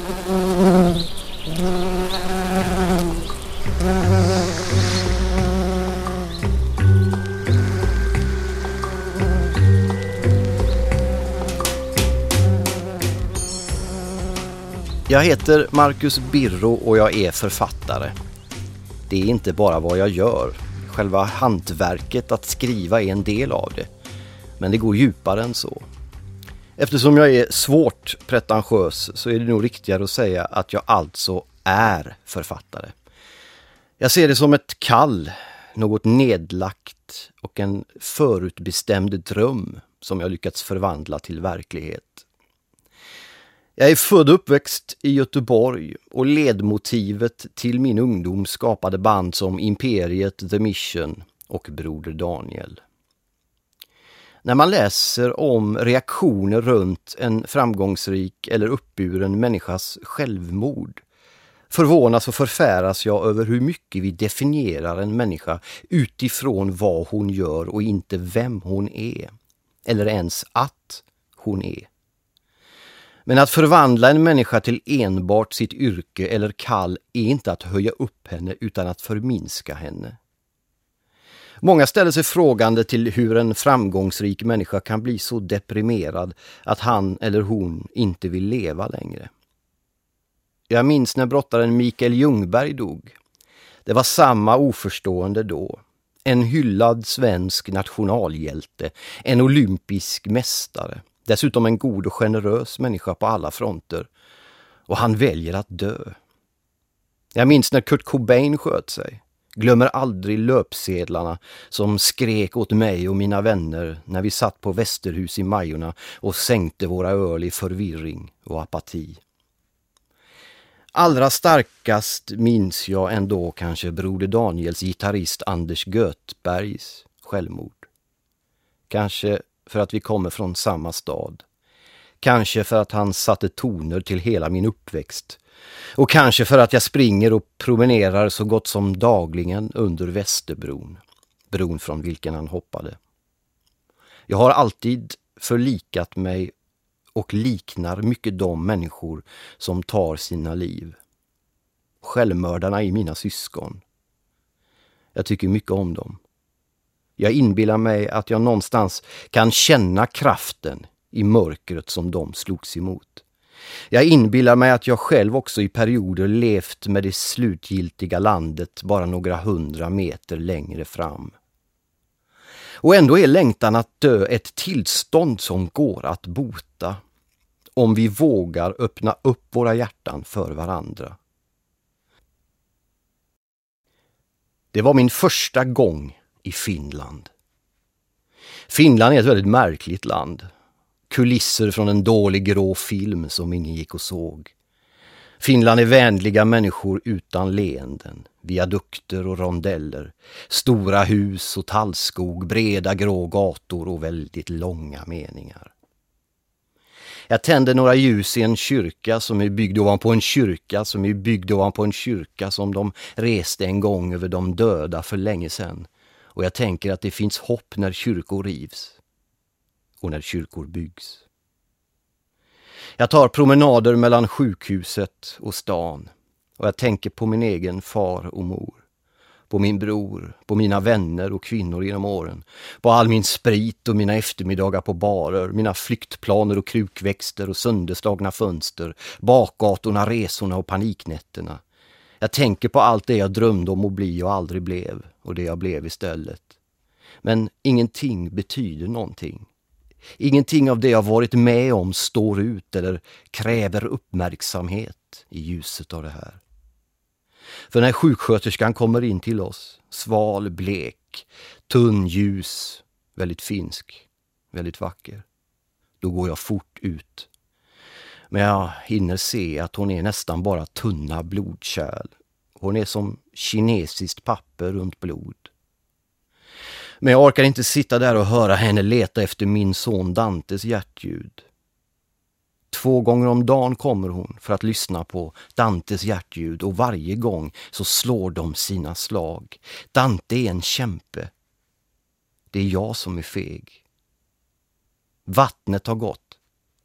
Jag heter Marcus Birro och jag är författare. Det är inte bara vad jag gör. Själva hantverket att skriva är en del av det. Men det går djupare än så. Eftersom jag är svårt pretentiös så är det nog riktigare att säga att jag alltså är författare. Jag ser det som ett kall, något nedlagt och en förutbestämd dröm som jag lyckats förvandla till verklighet. Jag är född och uppväxt i Göteborg och ledmotivet till min ungdom skapade band som Imperiet, The Mission och Broder Daniel. När man läser om reaktioner runt en framgångsrik eller uppburen människas självmord förvånas och förfäras jag över hur mycket vi definierar en människa utifrån vad hon gör och inte vem hon är, eller ens att hon är. Men att förvandla en människa till enbart sitt yrke eller kall är inte att höja upp henne utan att förminska henne. Många ställer sig frågande till hur en framgångsrik människa kan bli så deprimerad att han eller hon inte vill leva längre. Jag minns när brottaren Mikael Ljungberg dog. Det var samma oförstående då. En hyllad svensk nationalhjälte, en olympisk mästare. Dessutom en god och generös människa på alla fronter. Och han väljer att dö. Jag minns när Kurt Cobain sköt sig. Glömmer aldrig löpsedlarna som skrek åt mig och mina vänner när vi satt på Västerhus i Majorna och sänkte våra öl i förvirring och apati. Allra starkast minns jag ändå kanske Broder Daniels gitarrist Anders Göthbergs självmord. Kanske för att vi kommer från samma stad. Kanske för att han satte toner till hela min uppväxt. Och kanske för att jag springer och promenerar så gott som dagligen under Västerbron. Bron från vilken han hoppade. Jag har alltid förlikat mig och liknar mycket de människor som tar sina liv. Självmördarna är mina syskon. Jag tycker mycket om dem. Jag inbillar mig att jag någonstans kan känna kraften i mörkret som de slogs emot. Jag inbillar mig att jag själv också i perioder levt med det slutgiltiga landet bara några 100 meter längre fram. Och ändå är längtan att dö ett tillstånd som går att bota om vi vågar öppna upp våra hjärtan för varandra. Det var min första gång i Finland. Finland är ett väldigt märkligt land. Kulisser från en dålig grå film som ingen gick och såg. Finland är vänliga människor utan leenden, viadukter och rondeller, stora hus och tallskog, breda grå gator och väldigt långa meningar. Jag tände några ljus i en kyrka som är byggd ovanpå en kyrka som är byggd ovanpå en kyrka som de reste en gång över de döda för länge sedan. Och jag tänker att det finns hopp när kyrkor rivs och när kyrkor byggs. Jag tar promenader mellan sjukhuset och stan och jag tänker på min egen far och mor. På min bror, på mina vänner och kvinnor genom åren. På all min sprit och mina eftermiddagar på barer, mina flyktplaner och krukväxter och sönderslagna fönster, bakgatorna, resorna och paniknätterna. Jag tänker på allt det jag drömde om att bli och aldrig blev och det jag blev istället. Men ingenting betyder någonting. Ingenting av det jag varit med om står ut eller kräver uppmärksamhet i ljuset av det här. För när sjuksköterskan kommer in till oss, sval, blek, tunn, ljus, väldigt finsk, väldigt vacker, då går jag fort ut. Men jag hinner se att hon är nästan bara tunna blodkärl. Hon är som kinesiskt papper runt blod. Men jag orkar inte sitta där och höra henne leta efter min son Dantes hjärtljud. 2 gånger om dagen kommer hon för att lyssna på Dantes hjärtljud och varje gång så slår de sina slag. Dante är en kämpe. Det är jag som är feg. Vattnet har gått.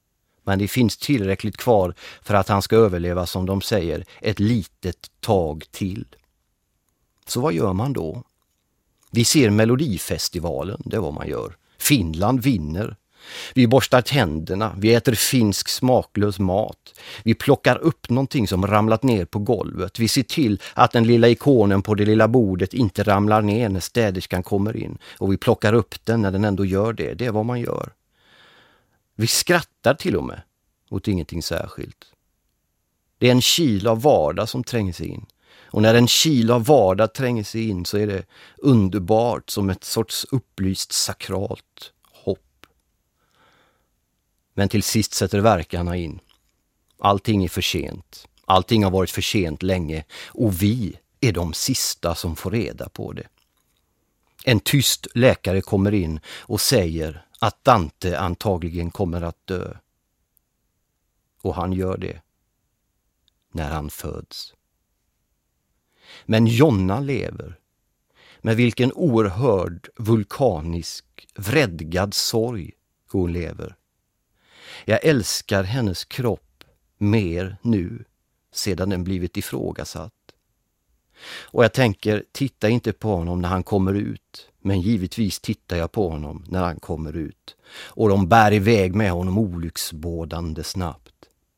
Men det finns tillräckligt kvar för att han ska överleva, som de säger, ett litet tag till. Så vad gör man då? Vi ser Melodifestivalen, det är vad man gör. Finland vinner. Vi borstar tänderna, vi äter finsk smaklös mat. Vi plockar upp någonting som ramlat ner på golvet. Vi ser till att den lilla ikonen på det lilla bordet inte ramlar ner när städerskan kommer in. Och vi plockar upp den när den ändå gör det. Det är vad man gör. Vi skrattar till och med åt ingenting särskilt. Det är en kil av vardag som tränger sig in. Och när en kil av vardag tränger sig in så är det underbart, som ett sorts upplyst sakralt hopp. Men till sist sätter verkarna in. Allting är för sent. Allting har varit för sent länge. Och vi är de sista som får reda på det. En tyst läkare kommer in och säger att Dante antagligen kommer att dö. Och han gör det när han föds. Men Jonna lever. Med vilken oerhörd, vulkanisk, vredgad sorg hon lever. Jag älskar hennes kropp mer nu sedan den blivit ifrågasatt. Och jag tänker, titta inte på honom när han kommer ut. Men givetvis tittar jag på honom när han kommer ut. Och de bär iväg med honom olycksbådande snabbt.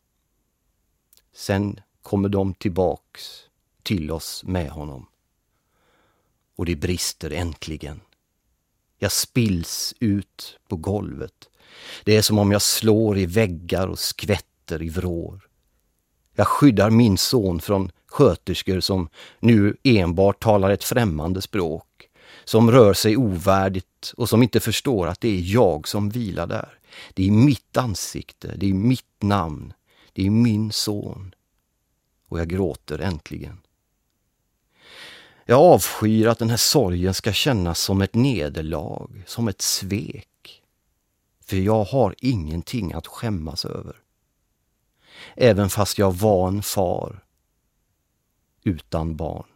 Sen kommer de tillbaks till oss med honom. Och det brister äntligen. Jag spills ut på golvet. Det är som om jag slår i väggar och skvätter i vrår. Jag skyddar min son från sköterskor som nu enbart talar ett främmande språk. Som rör sig ovärdigt och som inte förstår att det är jag som vilar där. Det är mitt ansikte, det är mitt namn, det är min son. Och jag gråter äntligen. Jag avskyr att den här sorgen ska kännas som ett nederlag, som ett svek. För jag har ingenting att skämmas över. Även fast jag var en far utan barn.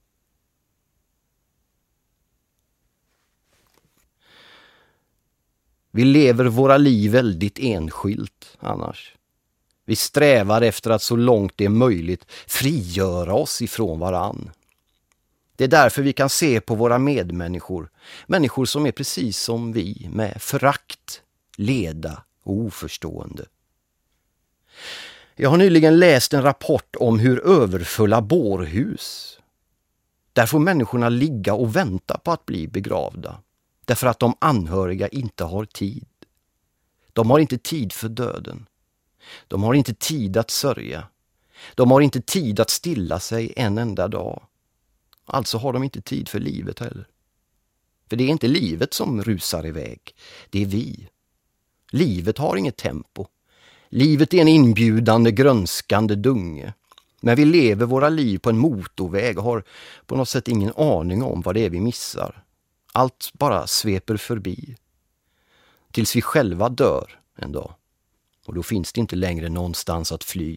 Vi lever våra liv väldigt enskilt annars. Vi strävar efter att så långt det är möjligt frigöra oss ifrån varann. Det är därför vi kan se på våra medmänniskor, människor som är precis som vi, med förakt, leda och oförstående. Jag har nyligen läst en rapport om hur överfulla bårhus. Där får människorna ligga och vänta på att bli begravda. Därför att de anhöriga inte har tid. De har inte tid för döden. De har inte tid att sörja. De har inte tid att stilla sig en enda dag. Alltså har de inte tid för livet heller. För det är inte livet som rusar iväg. Det är vi. Livet har inget tempo. Livet är en inbjudande, grönskande dunge. Men vi lever våra liv på en motorväg och har på något sätt ingen aning om vad det är vi missar. Allt bara sveper förbi. Tills vi själva dör en dag. Och då finns det inte längre någonstans att fly.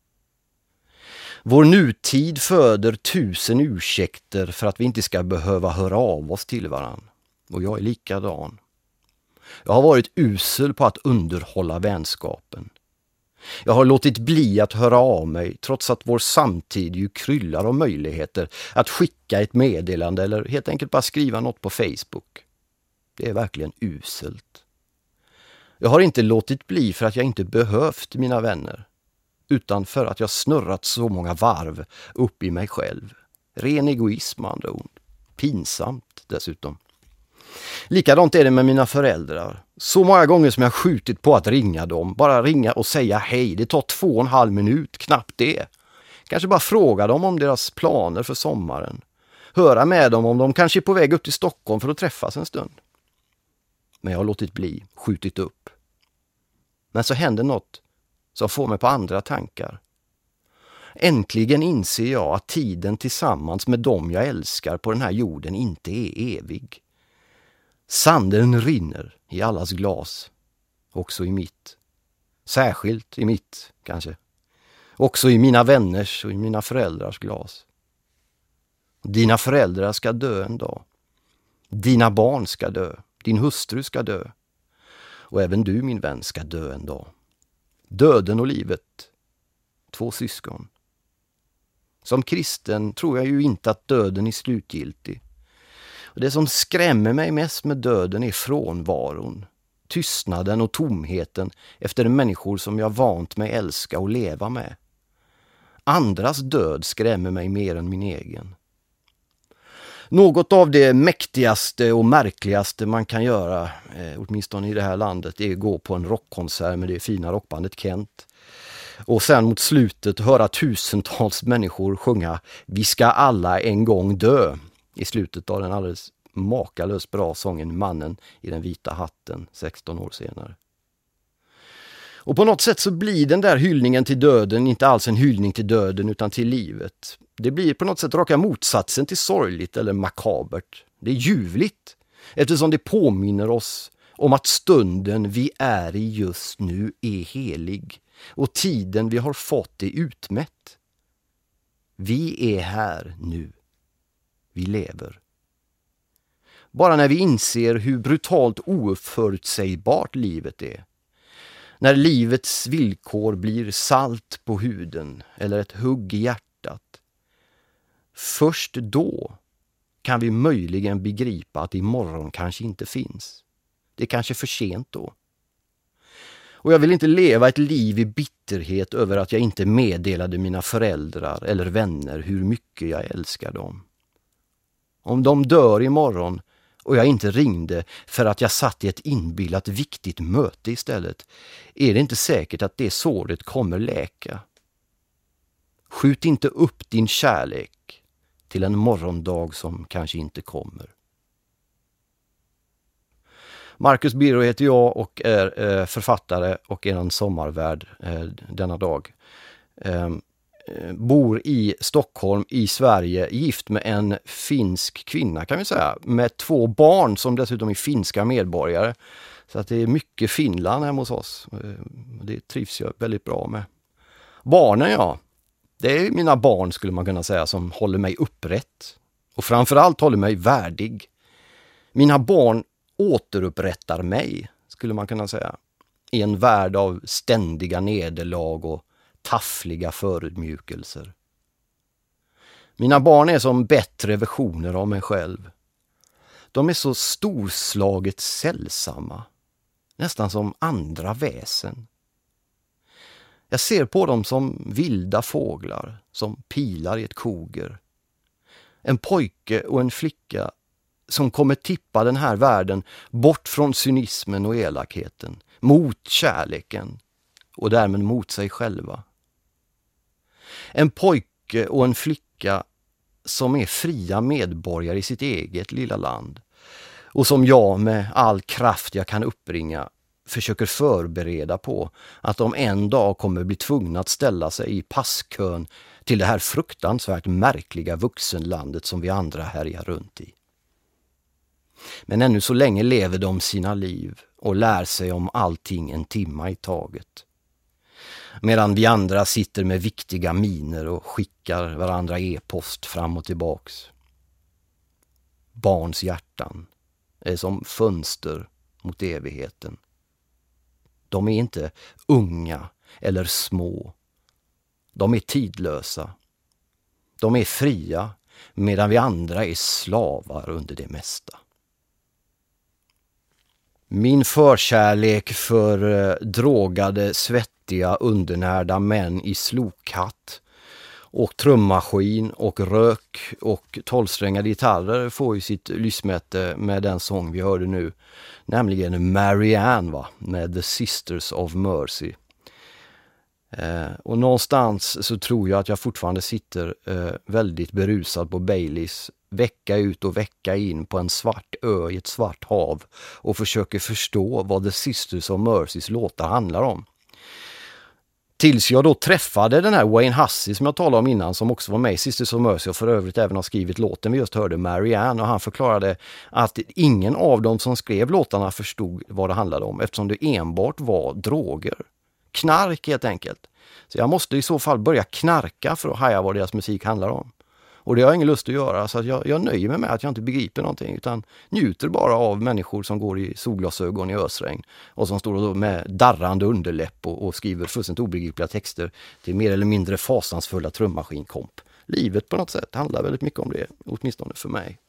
Vår nutid föder 1000 ursäkter för att vi inte ska behöva höra av oss till varann. Och jag är likadan. Jag har varit usel på att underhålla vänskapen. Jag har låtit bli att höra av mig trots att vår samtid ju kryllar om möjligheter att skicka ett meddelande eller helt enkelt bara skriva något på Facebook. Det är verkligen uselt. Jag har inte låtit bli för att jag inte behövt mina vänner, utan för att jag snurrat så många varv upp i mig själv. Ren egoism, andra ord. Pinsamt dessutom. Likadant är det med mina föräldrar. Så många gånger som jag skjutit på att ringa dem. Bara ringa och säga hej. Det tar 2,5 minut, knappt det. Kanske bara fråga dem om deras planer för sommaren. Höra med dem om de kanske är på väg upp till Stockholm för att träffas en stund. Men jag har låtit bli, skjutit upp. Men så händer något som får mig på andra tankar. Äntligen inser jag att tiden tillsammans med dem jag älskar på den här jorden inte är evig. Sanden rinner i allas glas, också i mitt. Särskilt i mitt, kanske. Också i mina vänners och i mina föräldrars glas. Dina föräldrar ska dö en dag. Dina barn ska dö. Din hustru ska dö. Och även du, min vän, ska dö en dag. Döden och livet. 2 syskon. Som kristen tror jag ju inte att döden är slutgiltig. Och det som skrämmer mig mest med döden är frånvaron, tystnaden och tomheten efter människor som jag vant mig älska och leva med. Andras död skrämmer mig mer än min egen. Något av det mäktigaste och märkligaste man kan göra, åtminstone i det här landet, är att gå på en rockkonsert med det fina rockbandet Kent. Och sen mot slutet höra tusentals människor sjunga "Vi ska alla en gång dö" i slutet av den alldeles makalöst bra sången Mannen i den vita hatten 16 år senare. Och på något sätt så blir den där hyllningen till döden inte alls en hyllning till döden utan till livet. Det blir på något sätt raka motsatsen till sorgligt eller makabert. Det är ljuvligt eftersom det påminner oss om att stunden vi är i just nu är helig och tiden vi har fått är utmätt. Vi är här nu. Vi lever. Bara när vi inser hur brutalt oförutsägbart livet är, när livets villkor blir salt på huden eller ett hugg i hjärtat, först då kan vi möjligen begripa att imorgon kanske inte finns. Det är kanske för sent då. Och jag vill inte leva ett liv i bitterhet över att jag inte meddelade mina föräldrar eller vänner hur mycket jag älskar dem. Om de dör imorgon och jag inte ringde för att jag satt i ett inbillat viktigt möte istället, är det inte säkert att det såret kommer läka. Skjut inte upp din kärlek till en morgondag som kanske inte kommer. Marcus Birro heter jag och är författare och är en sommarvärd denna dag. Bor i Stockholm i Sverige, gift med en finsk kvinna kan vi säga, med 2 barn som dessutom är finska medborgare. Så att det är mycket Finland hemma hos oss. Det trivs jag väldigt bra med. Barnen, ja. Det är mina barn skulle man kunna säga som håller mig upprätt. Och framförallt håller mig värdig. Mina barn återupprättar mig skulle man kunna säga. I en värld av ständiga nederlag och taffliga förödmjukelser. Mina barn är som bättre versioner av mig själv. De är så storslaget sällsamma. Nästan som andra väsen. Jag ser på dem som vilda fåglar, som pilar i ett koger. En pojke och en flicka som kommer tippa den här världen bort från cynismen och elakheten, mot kärleken och därmed mot sig själva. En pojke och en flicka som är fria medborgare i sitt eget lilla land och som jag med all kraft jag kan uppbringa försöker förbereda på att de en dag kommer bli tvungna att ställa sig i passkön till det här fruktansvärt märkliga vuxenlandet som vi andra härjar runt i. Men ännu så länge lever de sina liv och lär sig om allting en timma i taget. Medan vi andra sitter med viktiga miner och skickar varandra e-post fram och tillbaks. Barns hjärtan är som fönster mot evigheten. De är inte unga eller små. De är tidlösa. De är fria medan vi andra är slavar under det mesta. Min förkärlek för drogade, svettiga, undernärda män i slokhatt och trummaskin och rök och 12-strängade gitarrer får ju sitt lysmäte med den sång vi hörde nu, nämligen Marianne med The Sisters of Mercy. Och någonstans så tror jag att jag fortfarande sitter väldigt berusad på Baileys vecka ut och vecka in på en svart ö i ett svart hav och försöker förstå vad The Sisters of Mercys låtar handlar om. Tills jag då träffade den här Wayne Hussey som jag talade om innan, som också var med i Sisters of Mercy och för övrigt även har skrivit låten vi just hörde, Marianne, och han förklarade att ingen av dem som skrev låtarna förstod vad det handlade om eftersom det enbart var droger. Knark helt enkelt. Så jag måste i så fall börja knarka för att haja vad deras musik handlar om. Och det har jag ingen lust att göra, så att jag nöjer mig med att jag inte begriper någonting, utan njuter bara av människor som går i solglasögon i ösregn och som står med darrande underläpp och skriver fullständigt obegripliga texter till mer eller mindre fasansfulla trummaskinkomp. Livet på något sätt handlar väldigt mycket om det, åtminstone för mig.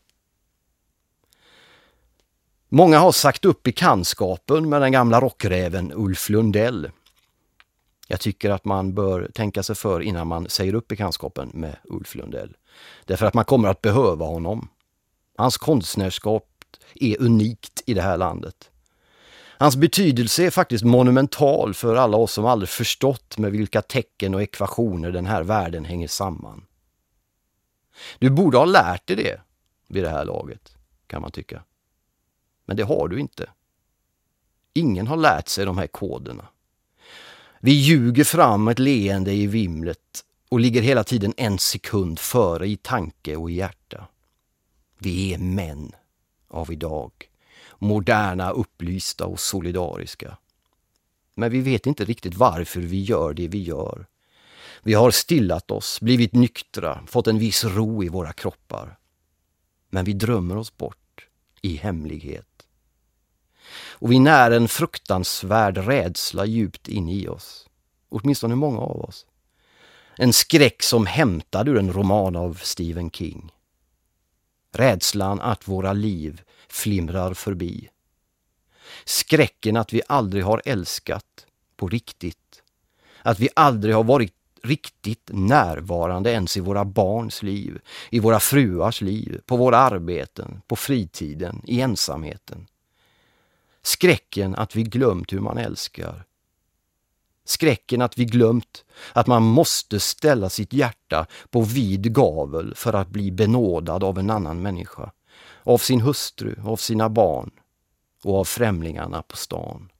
Många har sagt upp bekantskapen med den gamla rockräven Ulf Lundell. Jag tycker att man bör tänka sig för innan man säger upp bekantskapen med Ulf Lundell. Därför att man kommer att behöva honom. Hans konstnärskap är unikt i det här landet. Hans betydelse är faktiskt monumental för alla oss som aldrig förstått med vilka tecken och ekvationer den här världen hänger samman. Du borde ha lärt dig det vid det här laget, kan man tycka. Men det har du inte. Ingen har lärt sig de här koderna. Vi ljuger fram ett leende i vimlet och ligger hela tiden en sekund före i tanke och i hjärta. Vi är män av idag. Moderna, upplysta och solidariska. Men vi vet inte riktigt varför vi gör det vi gör. Vi har stillat oss, blivit nyktra, fått en viss ro i våra kroppar. Men vi drömmer oss bort i hemlighet. Och vi när en fruktansvärd rädsla djupt in i oss. Åtminstone många av oss. En skräck som hämtad ur en roman av Stephen King. Rädslan att våra liv flimrar förbi. Skräcken att vi aldrig har älskat på riktigt. Att vi aldrig har varit riktigt närvarande ens i våra barns liv, i våra fruars liv, på våra arbeten, på fritiden, i ensamheten. Skräcken att vi glömt hur man älskar. Skräcken att vi glömt att man måste ställa sitt hjärta på vid gavel för att bli benådad av en annan människa. Av sin hustru, av sina barn och av främlingarna på stan.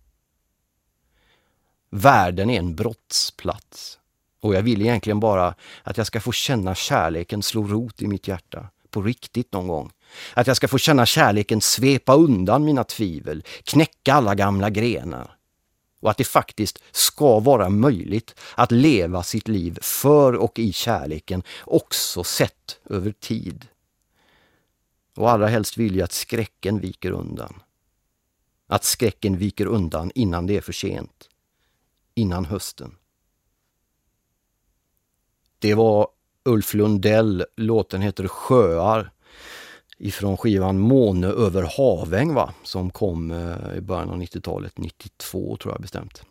Världen är en brottsplats. Och jag vill egentligen bara att jag ska få känna kärleken slå rot i mitt hjärta. På riktigt någon gång. Att jag ska få känna kärleken svepa undan mina tvivel. Knäcka alla gamla grenar. Och att det faktiskt ska vara möjligt att leva sitt liv för och i kärleken. Också sett över tid. Och allra helst vill jag att skräcken viker undan. Att skräcken viker undan innan det är för sent. Innan hösten. Det var Ulf Lundell, låten heter Sjöar, ifrån skivan Måne över Haväng, som kom i början av 90-talet, 92 tror jag bestämt.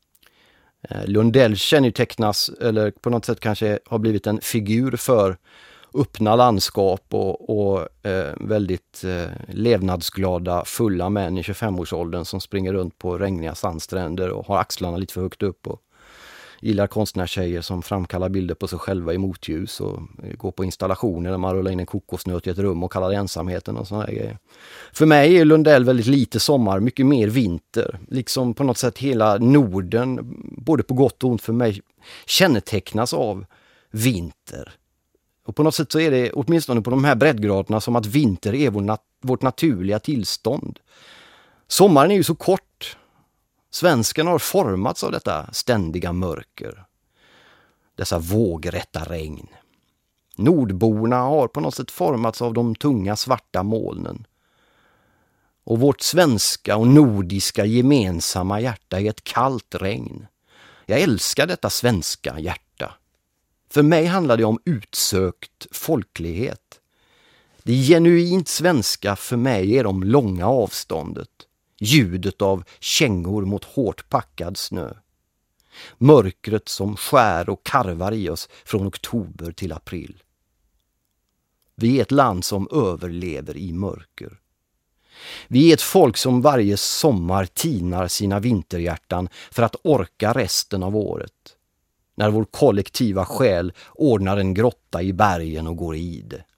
Lundell kännetecknas, eller på något sätt kanske har blivit en figur för öppna landskap och väldigt levnadsglada, fulla män i 25-årsåldern som springer runt på regniga sandstränder och har axlarna lite för högt upp och gillar konstnärstjejer som framkallar bilder på sig själva i motljus och går på installationer där man rullar in en kokosnöt i ett rum och kallar det ensamheten och sådana grejer. För mig är Lundell väldigt lite sommar, mycket mer vinter. Liksom på något sätt hela Norden, både på gott och ont för mig, kännetecknas av vinter. Och på något sätt så är det, åtminstone på de här breddgraderna, som att vinter är vårt naturliga tillstånd. Sommaren är ju så kort. Svensken har formats av detta ständiga mörker. Dessa vågrätta regn. Nordborna har på något sätt formats av de tunga svarta molnen. Och vårt svenska och nordiska gemensamma hjärta är ett kallt regn. Jag älskar detta svenska hjärta. För mig handlar det om utsökt folklighet. Det genuint svenska för mig är de långa avståndet. Ljudet av kängor mot hårt packad snö. Mörkret som skär och karvar i oss från oktober till april. Vi är ett land som överlever i mörker. Vi är ett folk som varje sommar tinar sina vinterhjärtan för att orka resten av året. När vår kollektiva själ ordnar en grotta i bergen och går i det.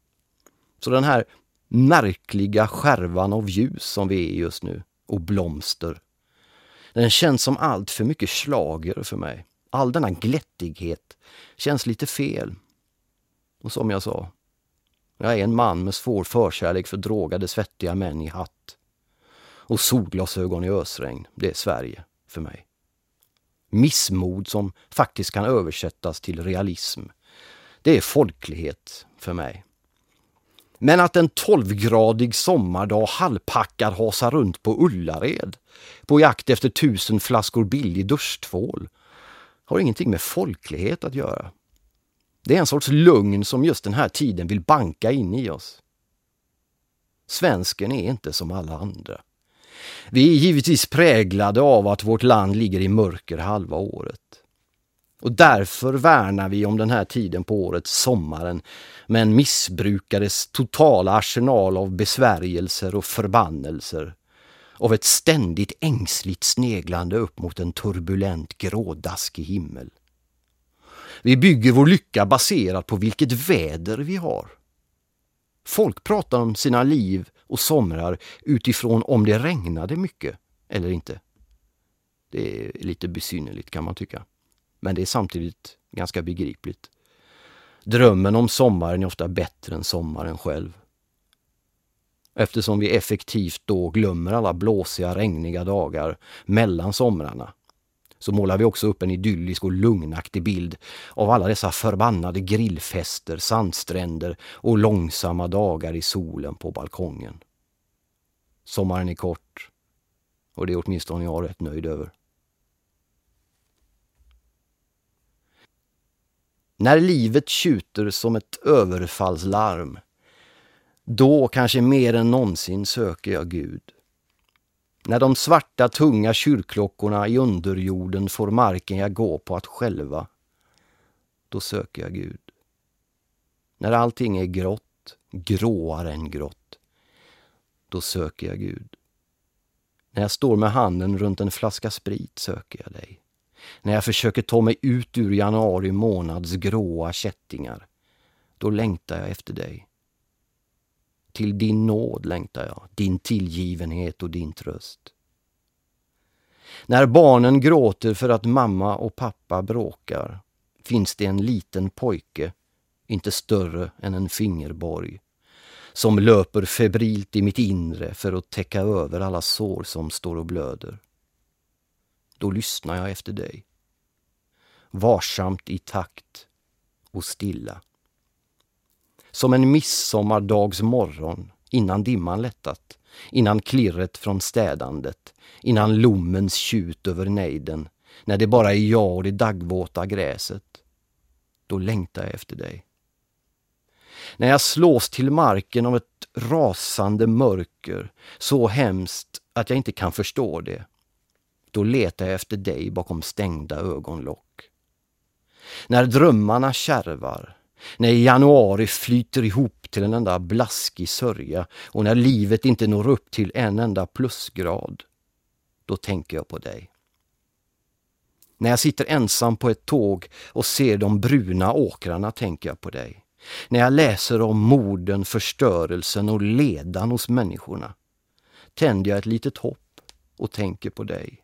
Så den här märkliga skärvan av ljus som vi är just nu, och blomster, den känns som allt för mycket slager för mig. All denna glättighet känns lite fel. Och som jag sa, jag är en man med svår förkärlek för drogade svettiga män i hatt. Och solglasögon i ösregn, det är Sverige för mig. Missmod som faktiskt kan översättas till realism. Det är folklighet för mig. Men att en 12-gradig sommardag halvpackad hasar runt på Ullared på jakt efter 1000 flaskor billig duschtvål har ingenting med folklighet att göra. Det är en sorts lugn som just den här tiden vill banka in i oss. Svensken är inte som alla andra. Vi är givetvis präglade av att vårt land ligger i mörker halva året. Och därför värnar vi om den här tiden på året, sommaren, med en missbrukares totala arsenal av besvärjelser och förbannelser, av ett ständigt ängsligt sneglande upp mot en turbulent grådaskig himmel. Vi bygger vår lycka baserat på vilket väder vi har. Folk pratar om sina liv och somrar utifrån om det regnade mycket eller inte. Det är lite besynnerligt kan man tycka. Men det är samtidigt ganska begripligt. Drömmen om sommaren är ofta bättre än sommaren själv. Eftersom vi effektivt då glömmer alla blåsiga, regniga dagar mellan somrarna, så målar vi också upp en idyllisk och lugnaktig bild av alla dessa förbannade grillfester, sandstränder och långsamma dagar i solen på balkongen. Sommaren är kort och det är åtminstone jag rätt nöjd över. När livet tjuter som ett överfallslarm, då kanske mer än någonsin söker jag Gud. När de svarta tunga kyrkklockorna i underjorden får marken jag går på att själva, då söker jag Gud. När allting är grått, gråare än grått, då söker jag Gud. När jag står med handen runt en flaska sprit söker jag dig. När jag försöker ta mig ut ur januari månads gråa kättingar, då längtar jag efter dig. Till din nåd längtar jag, din tillgivenhet och din tröst. När barnen gråter för att mamma och pappa bråkar, finns det en liten pojke, inte större än en fingerborg, som löper febrilt i mitt inre för att täcka över alla sår som står och blöder. Då lyssnar jag efter dig. Varsamt i takt och stilla. Som en midsommardags morgon, innan dimman lättat, innan klirret från städandet, innan lommens tjut över nejden, när det bara är jag och det daggvåta gräset. Då längtar jag efter dig. När jag slås till marken av ett rasande mörker, så hemskt att jag inte kan förstå det, då letar jag efter dig bakom stängda ögonlock. När drömmarna kärvar, när januari flyter ihop till en enda blaskig sörja och när livet inte når upp till en enda plusgrad, då tänker jag på dig. När jag sitter ensam på ett tåg och ser de bruna åkrarna tänker jag på dig. När jag läser om morden, förstörelsen och ledan hos människorna, tänder jag ett litet hopp och tänker på dig.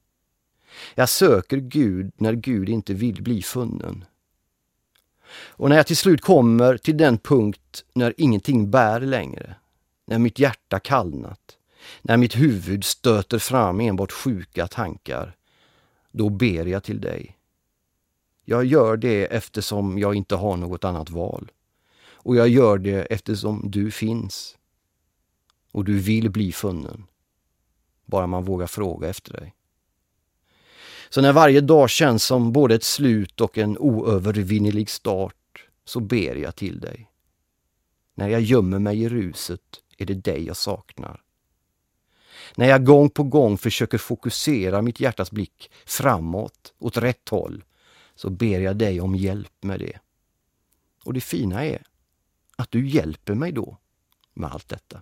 Jag söker Gud när Gud inte vill bli funnen. Och när jag till slut kommer till den punkt när ingenting bär längre, när mitt hjärta kallnat, när mitt huvud stöter fram enbart sjuka tankar, då ber jag till dig. Jag gör det eftersom jag inte har något annat val. Och jag gör det eftersom du finns. Och du vill bli funnen. Bara man vågar fråga efter dig. Så när varje dag känns som både ett slut och en oövervinnelig start, så ber jag till dig. När jag gömmer mig i ruset är det dig jag saknar. När jag gång på gång försöker fokusera mitt hjärtas blick framåt, åt rätt håll, så ber jag dig om hjälp med det. Och det fina är att du hjälper mig då med allt detta.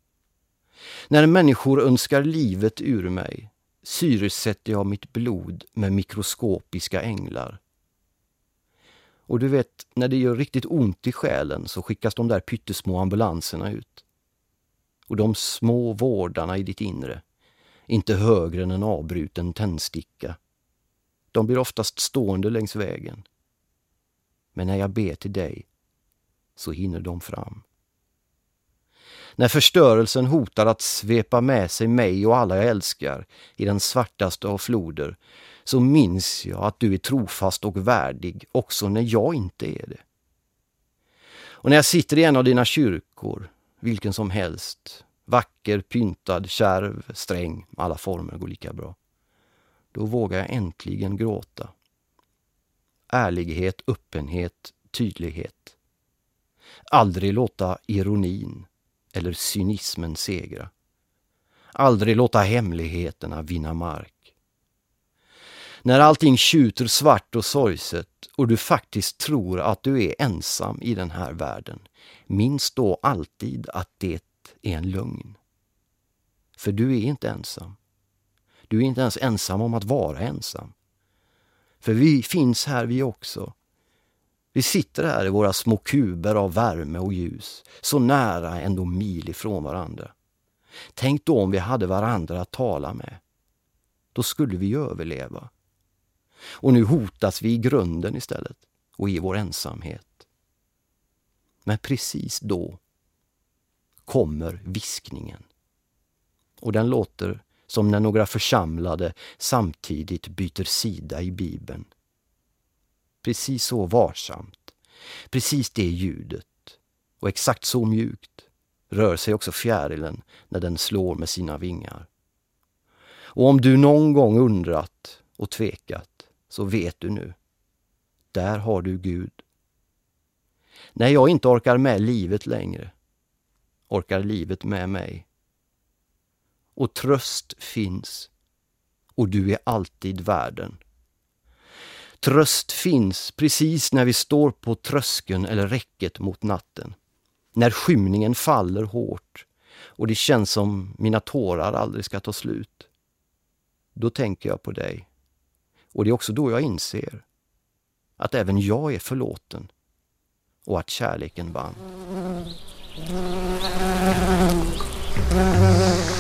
När människor önskar livet ur mig, syresätter jag mitt blod med mikroskopiska änglar. Och du vet, när det gör riktigt ont i själen så skickas de där pyttesmå ambulanserna ut. Och de små vårdarna i ditt inre, inte högre än en avbruten tändsticka, de blir oftast stående längs vägen. Men när jag ber till dig så hinner de fram. När förstörelsen hotar att svepa med sig mig och alla jag älskar i den svartaste av floder, så minns jag att du är trofast och värdig också när jag inte är det. Och när jag sitter i en av dina kyrkor, vilken som helst, vacker, pyntad, kärv, sträng, alla former går lika bra, då vågar jag äntligen gråta. Ärlighet, öppenhet, tydlighet. Aldrig låta ironin eller cynismen segra. Aldrig låta hemligheterna vinna mark. När allting tjuter svart och sorgset och du faktiskt tror att du är ensam i den här världen, minns då alltid att det är en lögn. För du är inte ensam. Du är inte ens ensam om att vara ensam. För vi finns här vi också. Vi sitter här i våra små kuber av värme och ljus, så nära ändå mil ifrån varandra. Tänk då om vi hade varandra att tala med. Då skulle vi överleva. Och nu hotas vi i grunden istället och i vår ensamhet. Men precis då kommer viskningen. Och den låter som när några församlade samtidigt byter sida i Bibeln. Precis så varsamt, precis det ljudet och exakt så mjukt rör sig också fjärilen när den slår med sina vingar. Och om du någon gång undrat och tvekat, så vet du nu. Där har du Gud. När jag inte orkar med livet längre, orkar livet med mig. Och tröst finns, och du är alltid värden. Tröst finns precis när vi står på tröskeln eller räcket mot natten. När skymningen faller hårt och det känns som mina tårar aldrig ska ta slut. Då tänker jag på dig. Och det är också då jag inser att även jag är förlåten och att kärleken vann.